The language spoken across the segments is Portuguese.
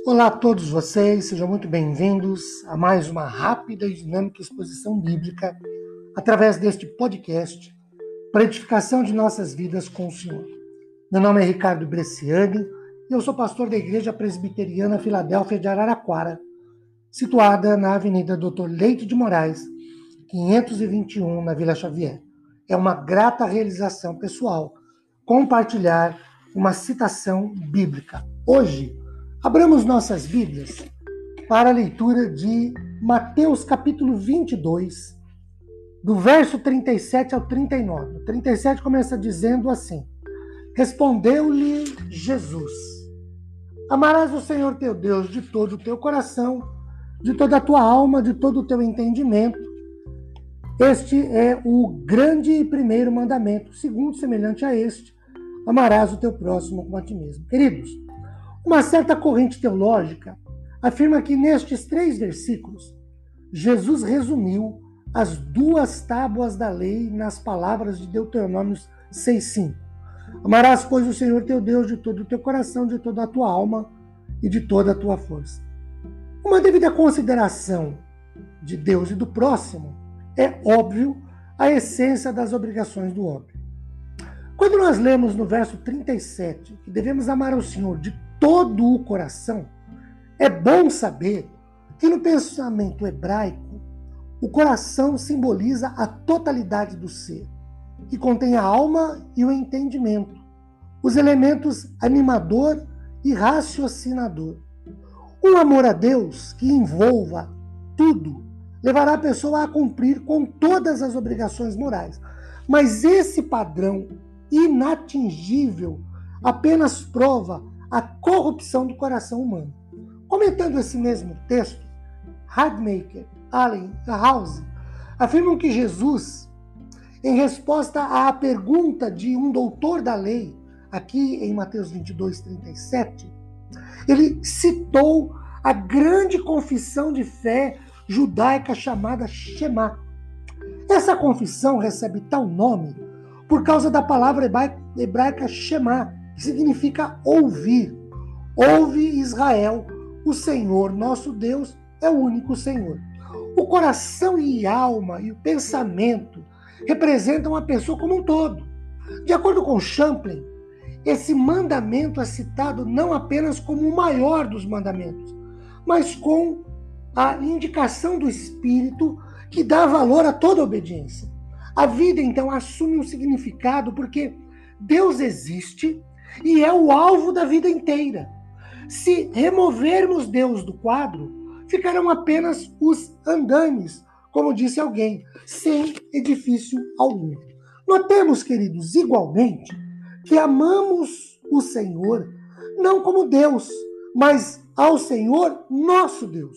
Olá a todos vocês, sejam muito bem-vindos a mais uma rápida e dinâmica exposição bíblica através deste podcast para edificação de nossas vidas com o Senhor. Meu nome é Ricardo Bresciani e eu sou pastor da Igreja Presbiteriana Filadélfia de Araraquara, situada na Avenida Doutor Leite de Moraes, 521, na Vila Xavier. É uma grata realização pessoal compartilhar uma citação bíblica. Hoje, abramos nossas Bíblias para a leitura de Mateus capítulo 22, do verso 37 ao 39. O 37 começa dizendo assim: Respondeu-lhe Jesus: Amarás o Senhor teu Deus de todo o teu coração, de toda a tua alma, de todo o teu entendimento. Este é o grande e primeiro mandamento. Segundo, semelhante a este, amarás o teu próximo como a ti mesmo. Queridos, uma certa corrente teológica afirma que nestes 3 versículos, Jesus resumiu as 2 tábuas da lei nas palavras de Deuteronômio 6,5. Amarás, pois, o Senhor teu Deus de todo o teu coração, de toda a tua alma e de toda a tua força. Uma devida consideração de Deus e do próximo é, óbvio, a essência das obrigações do homem. Quando nós lemos no verso 37 que devemos amar o Senhor de todo o coração, é bom saber que no pensamento hebraico, o coração simboliza a totalidade do ser, que contém a alma e o entendimento, os elementos animador e raciocinador. Um amor a Deus que envolva tudo levará a pessoa a cumprir com todas as obrigações morais. Mas esse padrão inatingível apenas prova a corrupção do coração humano. Comentando esse mesmo texto, Radmacher, Allen e House afirmam que Jesus, em resposta à pergunta de um doutor da lei, aqui em Mateus 22, 37, ele citou a grande confissão de fé judaica chamada Shema. Essa confissão recebe tal nome por causa da palavra hebraica Shema, que significa ouvir. Ouve, Israel, o Senhor nosso Deus é o único Senhor. O coração e a alma e o pensamento representam a pessoa como um todo. De acordo com Champlin, esse mandamento é citado não apenas como o maior dos mandamentos, mas com a indicação do Espírito que dá valor a toda obediência. A vida, então, assume um significado porque Deus existe e é o alvo da vida inteira. Se removermos Deus do quadro, ficarão apenas os andaimes, como disse alguém, sem edifício algum. Notemos, queridos, igualmente, que amamos o Senhor não como Deus, mas ao Senhor nosso Deus.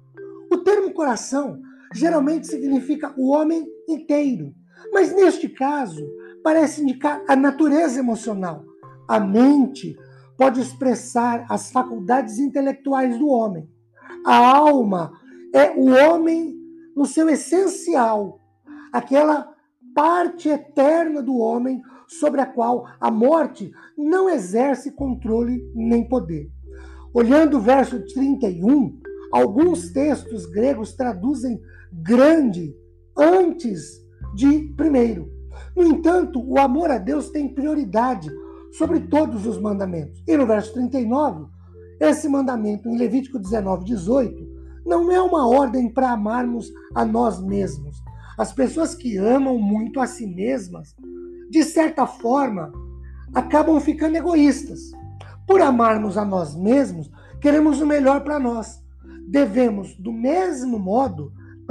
O termo coração geralmente significa o homem inteiro, mas neste caso parece indicar a natureza emocional. A mente pode expressar as faculdades intelectuais do homem. A alma é o homem no seu essencial, aquela parte eterna do homem sobre a qual a morte não exerce controle nem poder. Olhando o verso 31, alguns textos gregos traduzem grande antes de primeiro. No entanto, o amor a Deus tem prioridade sobre todos os mandamentos. E no verso 39, esse mandamento em Levítico 19, 18, não é uma ordem para amarmos a nós mesmos. As pessoas que amam muito a si mesmas, de certa forma, acabam ficando egoístas. Por amarmos a nós mesmos, queremos o melhor para nós. Devemos, do mesmo modo,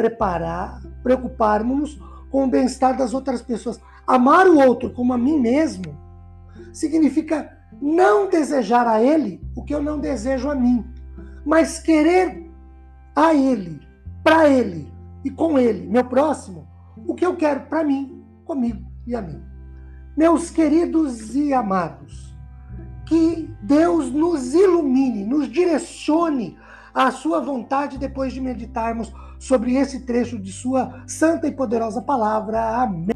preocuparmos-nos com o bem-estar das outras pessoas. Amar o outro como a mim mesmo significa não desejar a ele o que eu não desejo a mim, mas querer a ele, para ele e com ele, meu próximo, o que eu quero para mim, comigo e a mim. Meus queridos e amados, que Deus nos ilumine, nos direcione à sua vontade depois de meditarmos sobre esse trecho de sua santa e poderosa palavra. Amém.